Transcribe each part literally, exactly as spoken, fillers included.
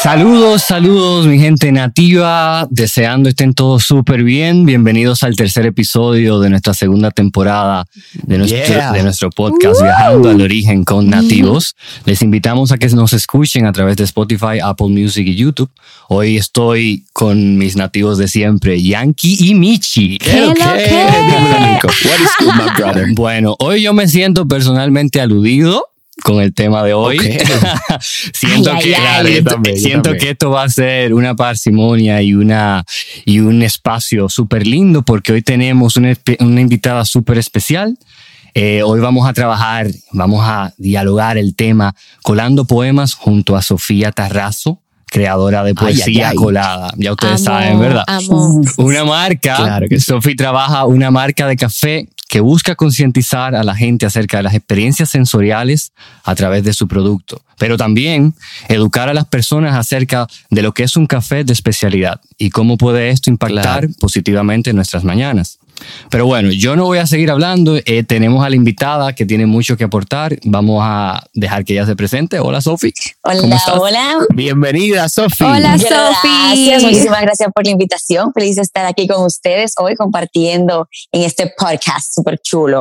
Saludos, saludos mi gente nativa, deseando estén todos súper bien. Bienvenidos al tercer episodio de nuestra segunda temporada de nuestro, yeah. de nuestro podcast uh. Viajando al Origen con Nativos. Les invitamos a que nos escuchen a través de Spotify, Apple Music y YouTube. Hoy estoy con mis nativos de siempre, Yankee y Michi. ¿Qué, qué? Dímelo, Nico. What is good, my brother? Bueno, hoy yo me siento personalmente aludido con el tema de hoy. Okay. siento ay, que, ay, claro, ay. esto, También, siento que esto va a ser una parsimonia y, una, y un espacio súper lindo porque hoy tenemos una, una invitada súper especial. Eh, hoy vamos a trabajar, vamos a dialogar el tema colando poemas junto a Sofía Tarrazo, creadora de poesía ay, ay, ay. colada. Ya ustedes amo, saben, ¿verdad? Amo. Una marca, claro que sí. Sofía trabaja una marca de café que busca concientizar a la gente acerca de las experiencias sensoriales a través de su producto, pero también educar a las personas acerca de lo que es un café de especialidad y cómo puede esto impactar claro. positivamente en nuestras mañanas. Pero bueno, yo no voy a seguir hablando. Eh, tenemos a la invitada que tiene mucho que aportar. Vamos a dejar que ella se presente. Hola, Sofi. Hola, ¿Cómo estás? hola. Bienvenida, Sofi. Hola, Sofi. Gracias, muchísimas gracias por la invitación. Feliz de estar aquí con ustedes hoy compartiendo en este podcast súper chulo.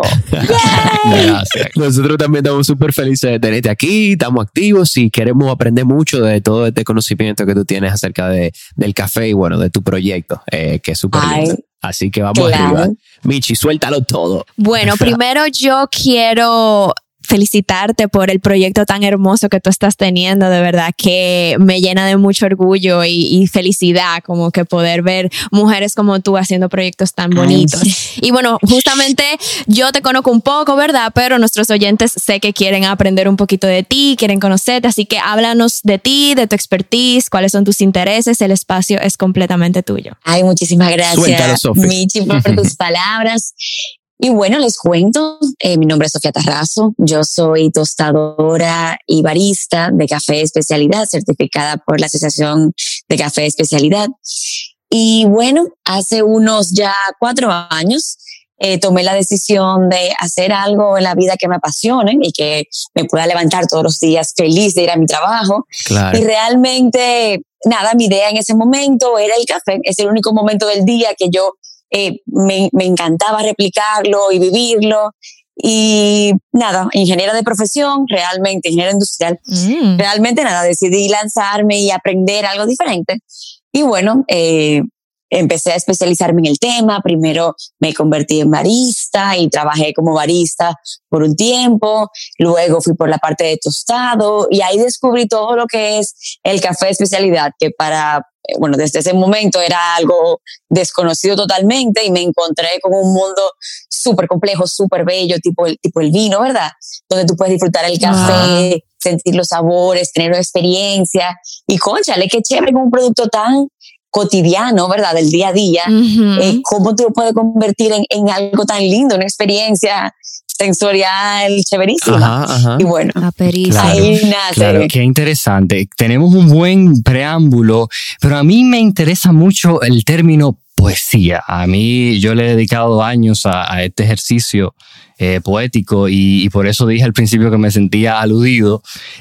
Gracias. Nosotros también estamos súper felices de tenerte aquí. Estamos activos y queremos aprender mucho de todo este conocimiento que tú tienes acerca de, del café y bueno, de tu proyecto, eh, que es súper lindo. Así que vamos claro. arriba. Michi, suéltalo todo. Bueno, primero yo quiero felicitarte por el proyecto tan hermoso que tú estás teniendo, de verdad que me llena de mucho orgullo y, y felicidad como que poder ver mujeres como tú haciendo proyectos tan bonitos. Ay, sí. Y bueno, justamente yo te conozco un poco, ¿verdad? Pero nuestros oyentes sé que quieren aprender un poquito de ti, quieren conocerte, así que háblanos de ti, de tu expertise, cuáles son tus intereses, el espacio es completamente tuyo. Ay, muchísimas gracias, Suéltalo, Sofi. Michi, por tus palabras. Y bueno, les cuento, eh, mi nombre es Sofía Tarrazo, yo soy tostadora y barista de café de especialidad, certificada por la Asociación de Café de Especialidad. Y bueno, hace unos ya cuatro años eh, tomé la decisión de hacer algo en la vida que me apasione y que me pueda levantar todos los días feliz de ir a mi trabajo. Claro. Y realmente, nada, mi idea en ese momento era el café, es el único momento del día que yo Eh, me, me encantaba replicarlo y vivirlo. Y nada, ingeniera de profesión, realmente ingeniera industrial, mm. realmente nada, decidí lanzarme y aprender algo diferente. Y bueno, eh, empecé a especializarme en el tema. Primero me convertí en barista y trabajé como barista por un tiempo. Luego fui por la parte de tostado y ahí descubrí todo lo que es el café de especialidad, que para bueno, desde ese momento era algo desconocido totalmente y me encontré con un mundo súper complejo, súper bello, tipo el, tipo el vino, ¿verdad? Donde tú puedes disfrutar el café, wow. sentir los sabores, tener una experiencia. Y cónchale, qué chévere con un producto tan cotidiano, ¿verdad? Del día a día. Uh-huh. Eh, ¿Cómo tú lo puedes convertir en, en algo tan lindo, una experiencia sensorial chéverísima? Ajá, ajá. Y bueno, claro, ahí nace. Claro, qué interesante. Tenemos un buen preámbulo, pero a mí me interesa mucho el término poesía. A mí, yo le he dedicado años a, a este ejercicio eh, poético y, y por eso dije al principio que me sentía aludido.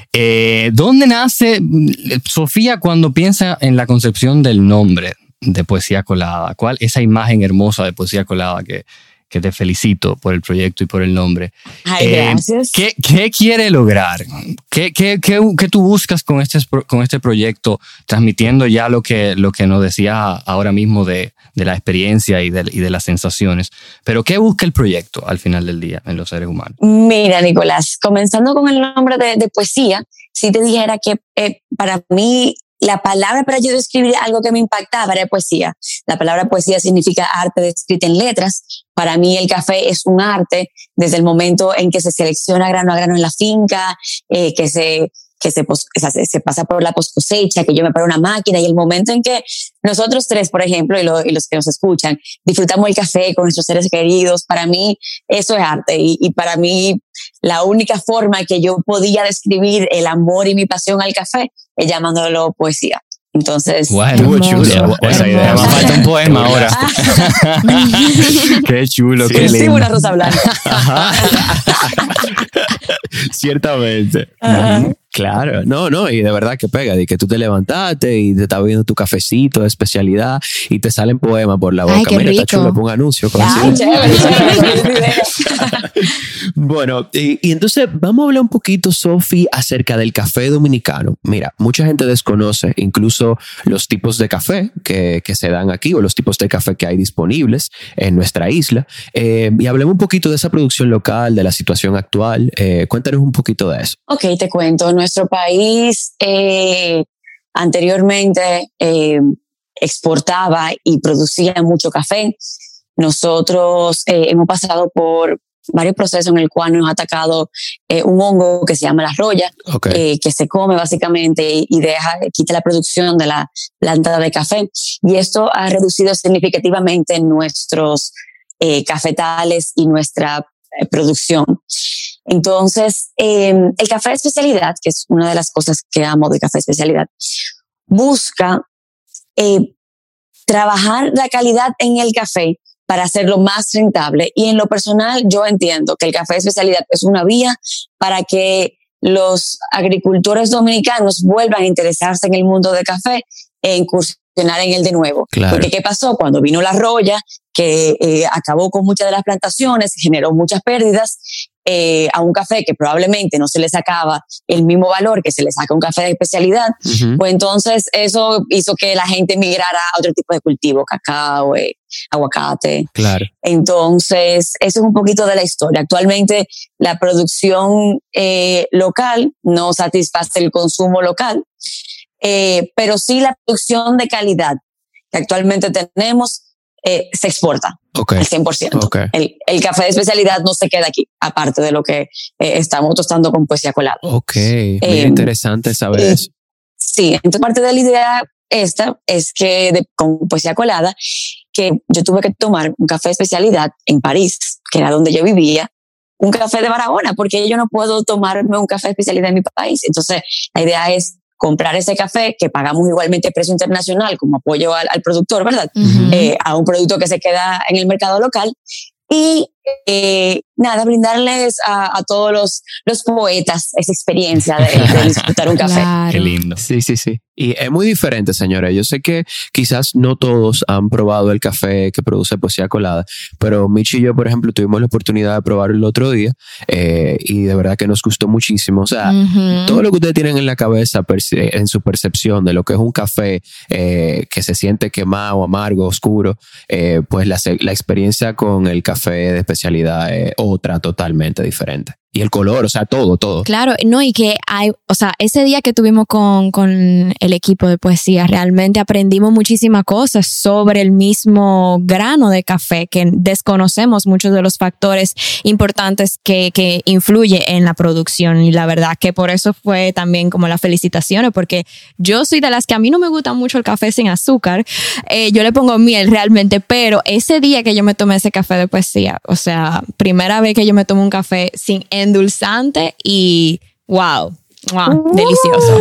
Eh, ¿Dónde nace Sofía cuando piensa en la concepción del nombre de Poesía Colada? ¿Cuál esa imagen hermosa de Poesía Colada que que te felicito por el proyecto y por el nombre? Ay, eh, gracias. ¿qué, ¿Qué quiere lograr? ¿Qué, qué, qué, qué tú buscas con este, con este proyecto, transmitiendo ya lo que, lo que nos decía ahora mismo de, de la experiencia y de, y de las sensaciones? Pero ¿qué busca el proyecto al final del día en los seres humanos? Mira, Nicolás, comenzando con el nombre de, de poesía, si te dijera que eh, para mí la palabra para yo describir algo que me impactaba era poesía. La palabra poesía significa arte descrita en letras. Para mí el café es un arte desde el momento en que se selecciona grano a grano en la finca, eh, que se que se, pos, se, se pasa por la post cosecha, que yo me paro una máquina y el momento en que nosotros tres, por ejemplo, y, lo, y los que nos escuchan, disfrutamos el café con nuestros seres queridos, para mí eso es arte y, y para mí la única forma que yo podía describir el amor y mi pasión al café es llamándolo poesía. Entonces, bueno, chulo. Esa idea. Me falta un poema ahora. Qué chulo, sí, qué lindo. Sí, una rosa blanca. Ciertamente. Uh-huh. Claro, no, no, y de verdad que pega, de que tú te levantaste y te estás bebiendo tu cafecito de especialidad y te salen poemas por la boca. Ay, qué Mira, rico. está chulo, pongo un anuncio. Con Ay, chévere, chévere. Bueno, y, y entonces vamos a hablar un poquito, Sofi, acerca del café dominicano. Mira, mucha gente desconoce incluso los tipos de café que, que se dan aquí o los tipos de café que hay disponibles en nuestra isla. Eh, y hablemos un poquito de esa producción local, de la situación actual. Eh, cuéntanos un poquito de eso. Ok, te cuento. Nuestro país eh, anteriormente eh, exportaba y producía mucho café. Nosotros eh, hemos pasado por varios procesos en el cual nos ha atacado eh, un hongo que se llama la roya, Okay. eh, que se come básicamente y, y deja, quita la producción de la planta de café. Y esto ha reducido significativamente nuestros eh, cafetales y nuestra eh, producción. Entonces, eh, el café de especialidad, que es una de las cosas que amo del café de especialidad, busca eh, trabajar la calidad en el café para hacerlo más rentable. Y en lo personal, yo entiendo que el café de especialidad es una vía para que los agricultores dominicanos vuelvan a interesarse en el mundo del café e incursionar en él de nuevo. Claro. Porque ¿qué pasó? Cuando vino la roya, que eh, acabó con muchas de las plantaciones, generó muchas pérdidas, eh, a un café que probablemente no se le sacaba el mismo valor que se le saca a un café de especialidad, Uh-huh. pues entonces eso hizo que la gente migrara a otro tipo de cultivo, cacao, eh, aguacate. Claro. Entonces, eso es un poquito de la historia. Actualmente la producción eh, local no satisface el consumo local, eh, pero sí la producción de calidad que actualmente tenemos eh, se exporta Okay. al cien por ciento. Okay. El, el café de especialidad no se queda aquí, aparte de lo que eh, estamos tostando con poesía colada. Ok, muy Eh, interesante saber eh, eso. Sí, entonces parte de la idea esta es que de, con poesía colada, que yo tuve que tomar un café de especialidad en París, que era donde yo vivía, un café de Barahona, porque yo no puedo tomarme un café de especialidad en mi país. Entonces la idea es comprar ese café que pagamos igualmente precio internacional como apoyo al, al productor, ¿verdad? Ujú. Eh, a un producto que se queda en el mercado local y eh, nada, brindarles a, a todos los, los poetas esa experiencia de, de disfrutar un café. Claro. Qué lindo. Sí, sí, sí. Y es muy diferente, señores. Yo sé que quizás no todos han probado el café que produce Poesía Colada, pero Michi y yo, por ejemplo, tuvimos la oportunidad de probarlo el otro día eh, y de verdad que nos gustó muchísimo. O sea, Ujú. todo lo que ustedes tienen en la cabeza, perci- en su percepción de lo que es un café eh, que se siente quemado, amargo, oscuro, eh, pues la, se- la experiencia con el café de especialidad es otra totalmente diferente. Y el color, o sea, todo, todo. Claro, no, y que hay, o sea, ese día que tuvimos con, con el equipo de poesía, realmente aprendimos muchísimas cosas sobre el mismo grano de café, que desconocemos muchos de los factores importantes que, que influye en la producción. Y la verdad que por eso fue también como las felicitaciones, porque yo soy de las que a mí no me gusta mucho el café sin azúcar. Eh, yo le pongo miel realmente, pero ese día que yo me tomé ese café de poesía, o sea, primera vez que yo me tomo un café sin endulzante y wow, wow, Uh. delicioso.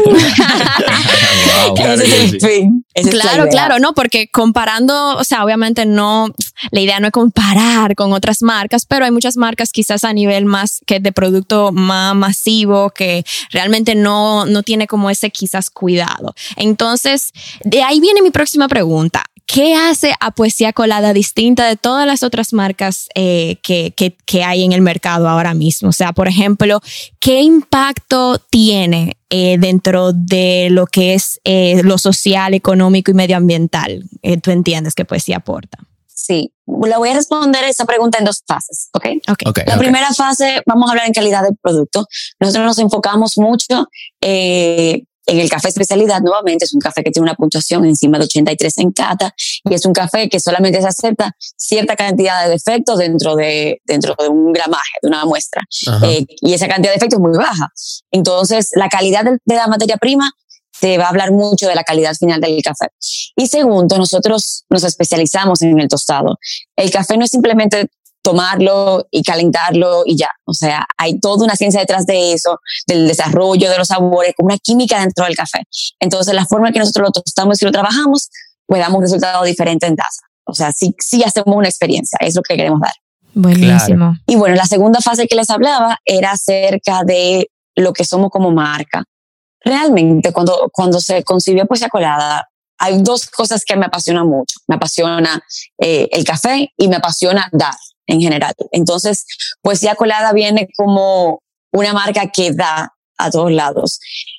Wow, claro Ese que es sí. el fin. Esa es la Claro, idea. claro, no, porque comparando, o sea, obviamente no, la idea no es comparar con otras marcas, pero hay muchas marcas quizás a nivel más que de producto más masivo que realmente no, no tiene como ese quizás cuidado. Entonces, de ahí viene mi próxima pregunta. ¿Qué hace a Poesía Colada distinta de todas las otras marcas eh, que, que, que hay en el mercado ahora mismo? O sea, por ejemplo, ¿qué impacto tiene eh, dentro de lo que es eh, lo social, económico y medioambiental? Eh, ¿Tú entiendes que Poesía aporta? Sí, le voy a responder esa pregunta en dos fases, ¿ok? Ok. Okay, La okay. primera fase, vamos a hablar en calidad del producto. Nosotros nos enfocamos mucho eh, en el café especialidad. Nuevamente, es un café que tiene una puntuación encima de ochenta y tres en cata y es un café que solamente se acepta cierta cantidad de defectos dentro de, dentro de un gramaje, de una muestra. Ajá. Eh, y esa cantidad de defectos es muy baja. Entonces, la calidad de, de la materia prima te va a hablar mucho de la calidad final del café. Y segundo, nosotros nos especializamos en el tostado. El café no es simplemente tomarlo y calentarlo y ya. O sea, hay toda una ciencia detrás de eso, del desarrollo de los sabores, como una química dentro del café. Entonces, la forma en que nosotros lo tostamos y lo trabajamos, pues damos un resultado diferente en taza. O sea, sí, sí hacemos una experiencia, es lo que queremos dar. Buenísimo. Y bueno, la segunda fase que les hablaba era acerca de lo que somos como marca. realmente cuando, cuando se concibió Poesía Colada, hay dos cosas que me apasionan mucho. Me apasiona eh, el café y me apasiona dar en general. Entonces, Poesía Colada viene como una marca que da a todos lados.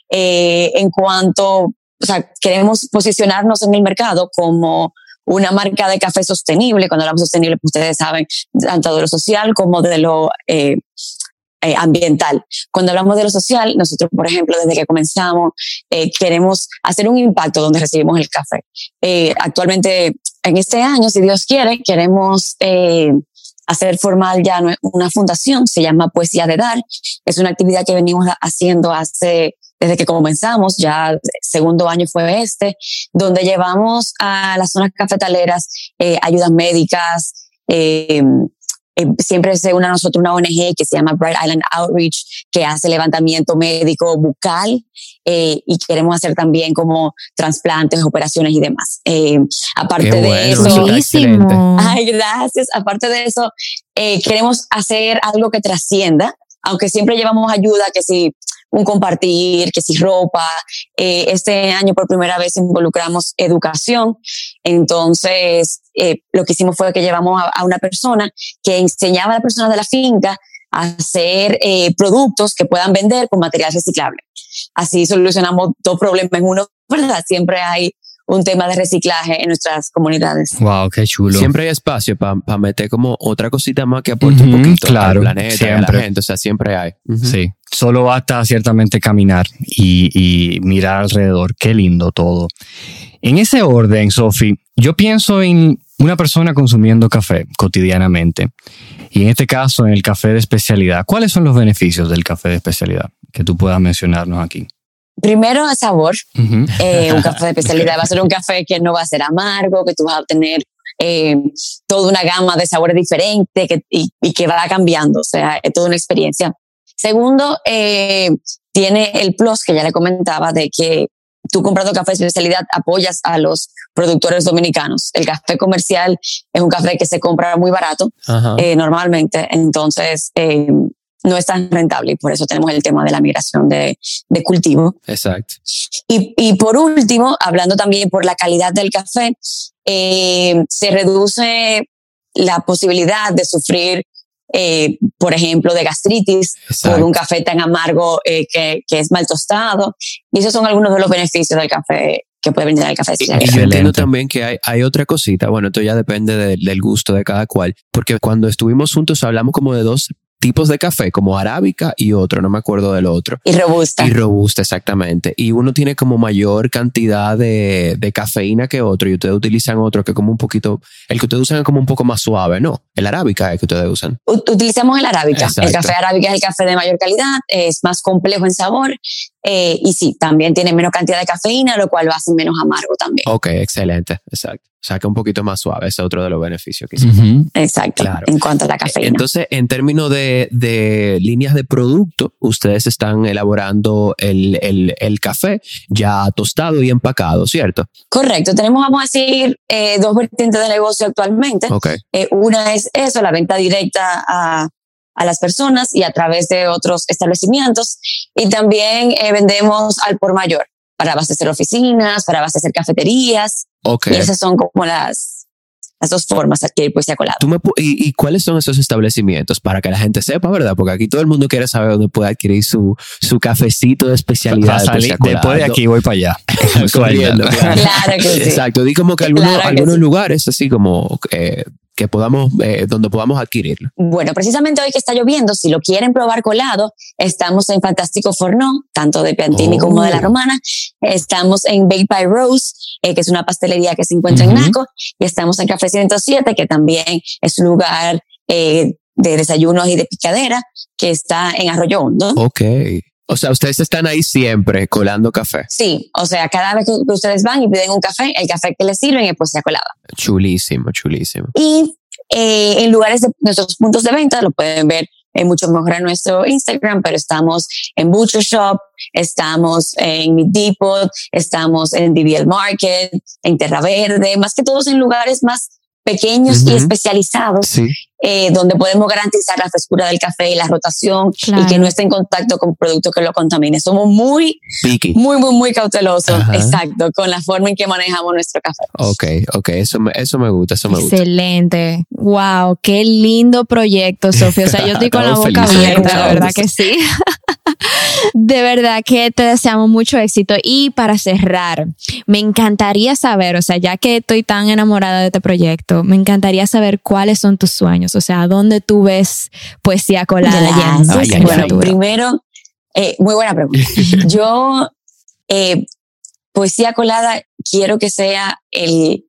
Eh, en cuanto, o sea, queremos posicionarnos en el mercado como una marca de café sostenible. Cuando hablamos de sostenible, pues ustedes saben, tanto de lo social como de lo eh, eh, ambiental. Cuando hablamos de lo social, nosotros, por ejemplo, desde que comenzamos, eh, queremos hacer un impacto donde recibimos el café. Eh, actualmente, en este año, si Dios quiere, queremos eh, hacer formal ya una fundación, se llama Poesía de Dar. Es una actividad que venimos haciendo hace, desde que comenzamos, ya segundo año fue este, donde llevamos a las zonas cafetaleras eh, ayudas médicas. Eh, eh, siempre se une a nosotros una O N G que se llama Bright Island Outreach, que hace levantamiento médico bucal, eh, y queremos hacer también como trasplantes, operaciones y demás. Eh, aparte Qué de bueno, eso, Buenísimo. ay, gracias. Aparte de eso, eh, queremos hacer algo que trascienda, aunque siempre llevamos ayuda, que si un compartir, que si ropa. Eh, este año por primera vez involucramos educación. Entonces, eh, lo que hicimos fue que llevamos a, a una persona que enseñaba a las personas de la finca a hacer eh, productos que puedan vender con material reciclable. Así solucionamos dos problemas en uno, ¿verdad? Siempre hay un tema de reciclaje en nuestras comunidades. Wow, qué chulo. Siempre hay espacio para pa meter como otra cosita más que aporte Uh-huh, un poquito claro, al planeta, siempre. a la gente. O sea, siempre hay. Uh-huh. Sí, solo basta ciertamente caminar y, y mirar alrededor. Qué lindo todo. En ese orden, Sofi, yo pienso en una persona consumiendo café cotidianamente. Y en este caso, en el café de especialidad. ¿Cuáles son los beneficios del café de especialidad que tú puedas mencionarnos aquí? Primero, el sabor. Uh-huh. Eh, un café de especialidad va a ser un café que no va a ser amargo, que tú vas a obtener eh, toda una gama de sabores diferentes que, y, y que va cambiando. O sea, es toda una experiencia. Segundo, eh, tiene el plus que ya le comentaba de que tú comprando café de especialidad apoyas a los productores dominicanos. El café comercial es un café que se compra muy barato eh, normalmente. Entonces, eh, no es tan rentable y por eso tenemos el tema de la migración de, de cultivo. Exacto. Y, y por último, hablando también por la calidad del café, eh, se reduce la posibilidad de sufrir, eh, por ejemplo, de gastritis. Exacto. Por un café tan amargo eh, que, que es mal tostado. Y esos son algunos de los beneficios del café que puede brindar el café. Y, y yo entiendo también que hay, hay otra cosita. Bueno, esto ya depende de, del gusto de cada cual. Porque cuando estuvimos juntos hablamos como de dos tipos de café, como arábica y otro, no me acuerdo del otro. Y robusta. Y robusta, exactamente. Y uno tiene como mayor cantidad de, de cafeína que otro, y ustedes utilizan otro que como un poquito, el que ustedes usan es como un poco más suave, ¿no? El arábica es el que ustedes usan. U- utilizamos el arábica. Exacto. El café arábica es el café de mayor calidad, es más complejo en sabor, eh, y sí, también tiene menos cantidad de cafeína, lo cual lo hace menos amargo también. Ok, excelente, exacto. O sea, que un poquito más suave, ese es otro de los beneficios que hicimos. Uh-huh. Exacto, claro. En cuanto a la cafeína. Entonces, en términos de, de líneas de producto, ustedes están elaborando el, el, el café ya tostado y empacado, ¿cierto? Correcto. Tenemos, vamos a decir, eh, dos vertientes de negocio actualmente. Okay. Eh, una es eso, la venta directa a, a las personas y a través de otros establecimientos. Y también eh, vendemos al por mayor, para abastecer oficinas, para abastecer cafeterías. Okay. Y esas son como las, las dos formas de adquirir Poesía Colada. ¿Tú me, y, ¿Y cuáles son esos establecimientos? Para que la gente sepa, ¿verdad? Porque aquí todo el mundo quiere saber dónde puede adquirir su, su cafecito de especialidad. De salir, de después de aquí voy para allá. Corriendo, claro. Claro que sí. Exacto. Di como que algunos, claro que algunos sí. lugares así como... Eh, que podamos, eh, donde podamos adquirirlo. Bueno, precisamente hoy que está lloviendo, si lo quieren probar colado, estamos en Fantástico Fornó, tanto de Piantini oh. como de La Romana. Estamos en Baked by Rose, eh, que es una pastelería que se encuentra uh-huh. en Naco, y estamos en Café ciento siete, que también es un lugar eh, de desayunos y de picadera, que está en Arroyo Hondo. Ok. O sea, ustedes están ahí siempre colando café. Sí, o sea, cada vez que ustedes van y piden un café, el café que les sirven es Poesía Colada. Chulísimo, chulísimo. Y eh, en lugares de nuestros puntos de venta, lo pueden ver eh, mucho mejor en nuestro Instagram, pero estamos en Butcher Shop, estamos en Meat Depot, estamos en D B L Market, en Terra Verde, más que todos en lugares más pequeños uh-huh. y especializados. Sí. eh, donde podemos garantizar la frescura del café y la rotación, claro, y que no esté en contacto con productos que lo contaminen. Somos muy, Picky. muy, muy, muy cautelosos, Ajá. exacto, con la forma en que manejamos nuestro café. Ok, ok, eso me, eso me gusta, eso me gusta. excelente. Wow, qué lindo proyecto, Sofía. O sea, yo estoy con la Estamos boca felices abierta, escuchando de verdad eso. que sí. De verdad que te deseamos mucho éxito. Y para cerrar, me encantaría saber, o sea, ya que estoy tan enamorada de este proyecto, me encantaría saber cuáles son tus sueños, o sea, ¿dónde tú ves Poesía Colada Gracias. yendo? Ay, en ay, el Bueno, futuro? primero, eh, muy buena pregunta. Yo, eh, Poesía Colada, quiero que sea el,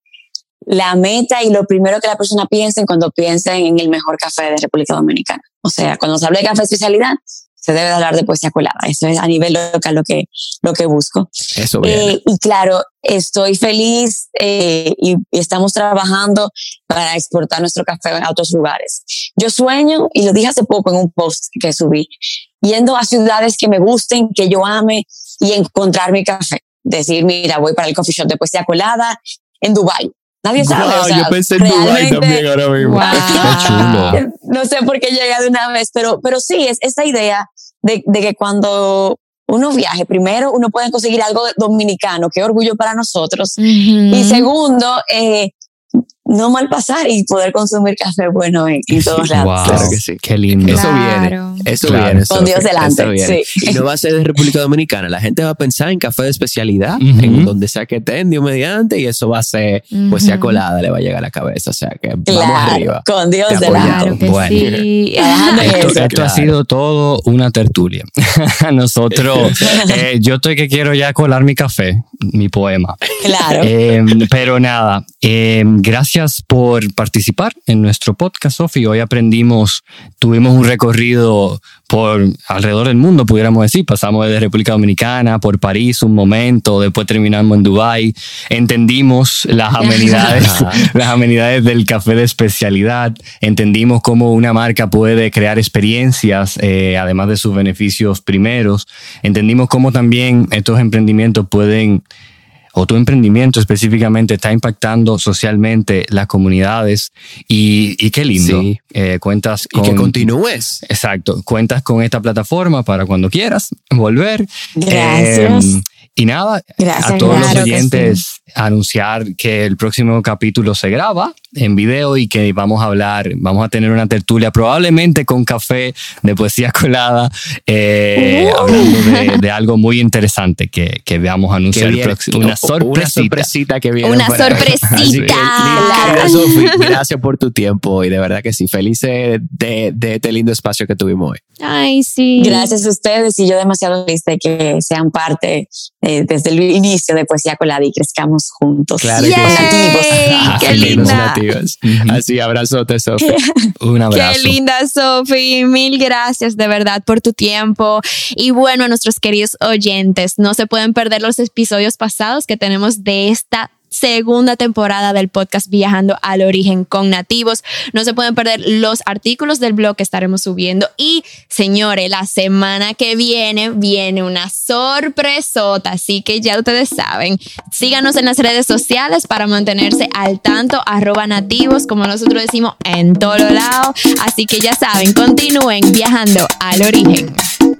la meta y lo primero que la persona piense cuando piensen en el mejor café de República Dominicana. O sea, cuando se habla de café especialidad, se debe de hablar de Poesía Colada. Eso es a nivel local lo que, lo que busco. Eso viene. Eh, y claro, estoy feliz eh, y, y estamos trabajando para exportar nuestro café a otros lugares. Yo sueño, y lo dije hace poco en un post que subí, yendo a ciudades que me gusten, que yo ame, y encontrar mi café. Decir, mira, voy para el coffee shop de Poesía Colada en Dubái. Nadie sabe. Wow, o sea, yo pensé en Dubái realmente, también ahora mismo. Wow. Qué chulo. no sé por qué llega de una vez, pero, pero sí, es esa idea de, de que cuando uno viaje, primero uno puede conseguir algo dominicano, qué orgullo para nosotros. Ujú. Y segundo, eh, no mal pasar y poder consumir café bueno en, en todos lados. Wow, Claro que sí. qué lindo. Eso Claro. viene, eso Claro. viene. Con Sofi, Dios delante, eso viene. sí. Y no va a ser de República Dominicana. La gente va a pensar en café de especialidad, Ujú. en donde sea que estén, Dios mediante, y eso va a ser Ujú. Poesía Colada, le va a llegar a la cabeza. O sea que vamos Claro, arriba. con Dios Te delante. Claro que Bueno. sí. Trabajando en Esto, eso. esto Claro. ha sido todo una tertulia. Nosotros, eh, yo estoy que quiero ya colar mi café, mi poema. Claro. Eh, pero nada, eh, gracias por participar en nuestro podcast, Sofi. Hoy aprendimos, tuvimos un recorrido por alrededor del mundo, pudiéramos decir. Pasamos desde República Dominicana, por París un momento, después terminamos en Dubái. Entendimos las amenidades, las amenidades del café de especialidad. Entendimos cómo una marca puede crear experiencias, eh, además de sus beneficios primeros. Entendimos cómo también estos emprendimientos pueden, o tu emprendimiento específicamente, está impactando socialmente las comunidades. Y, y qué lindo. Sí. Eh, cuentas Y con... que continúes. Exacto. Cuentas con esta plataforma para cuando quieras volver. Gracias. Eh, y nada, Gracias, a todos claro los que oyentes anunciar que el próximo capítulo se graba en video y que vamos a hablar, vamos a tener una tertulia probablemente con café de Poesía Colada, eh, Uh. hablando de, de algo muy interesante que, que veamos a Que anunciar el viene- próximo. Una Una sorpresita. sorpresita que viene. Una por ahí. sorpresita. Así que, Claro. querida Sofi, gracias por tu tiempo y de verdad que sí, felices de, de este lindo espacio que tuvimos hoy. Ay, sí. Gracias a ustedes y yo demasiado feliz de que sean parte eh, desde el inicio de Poesía Colada y crezcamos juntos. Claro Yay, que sí. nativos. ¡Qué Así, los linda! nativos. Ujú. Así, abrazote, Sofi. Un abrazo. Qué linda, Sofi. Mil gracias de verdad por tu tiempo. Y bueno, a nuestros queridos oyentes, no se pueden perder los episodios pasados que tenemos de esta segunda temporada del podcast Viajando al Origen con Nativos. No se pueden perder los artículos del blog que estaremos subiendo. Y, señores, la semana que viene viene una sorpresota, así que ya ustedes saben. Síganos en las redes sociales para mantenerse al tanto, arroba nativos, como nosotros decimos, en todo lado. Así que ya saben, continúen viajando al origen.